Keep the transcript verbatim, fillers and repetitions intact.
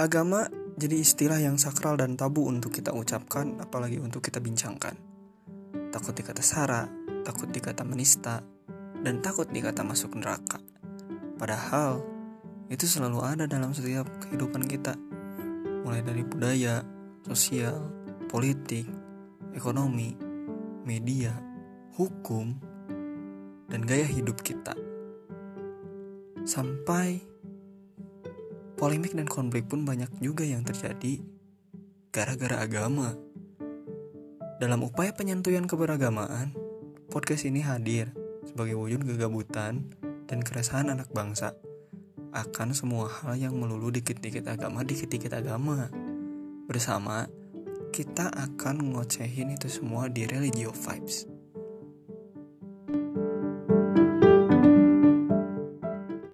Agama jadi istilah yang sakral dan tabu untuk kita ucapkan, apalagi untuk kita bincangkan. Takut dikata sara, takut dikata menista, dan takut dikata masuk neraka. Padahal itu selalu ada dalam setiap kehidupan kita, mulai dari budaya, sosial, politik, ekonomi, media, hukum, dan gaya hidup kita. Sampai polemik dan konflik pun banyak juga yang terjadi gara-gara agama. Dalam upaya penyentuhan keberagamaan, podcast ini hadir sebagai wujud kegabutan dan keresahan anak bangsa akan semua hal yang melulu dikit-dikit agama, dikit-dikit agama. Bersama, kita akan ngocehin itu semua di Religio Vibes.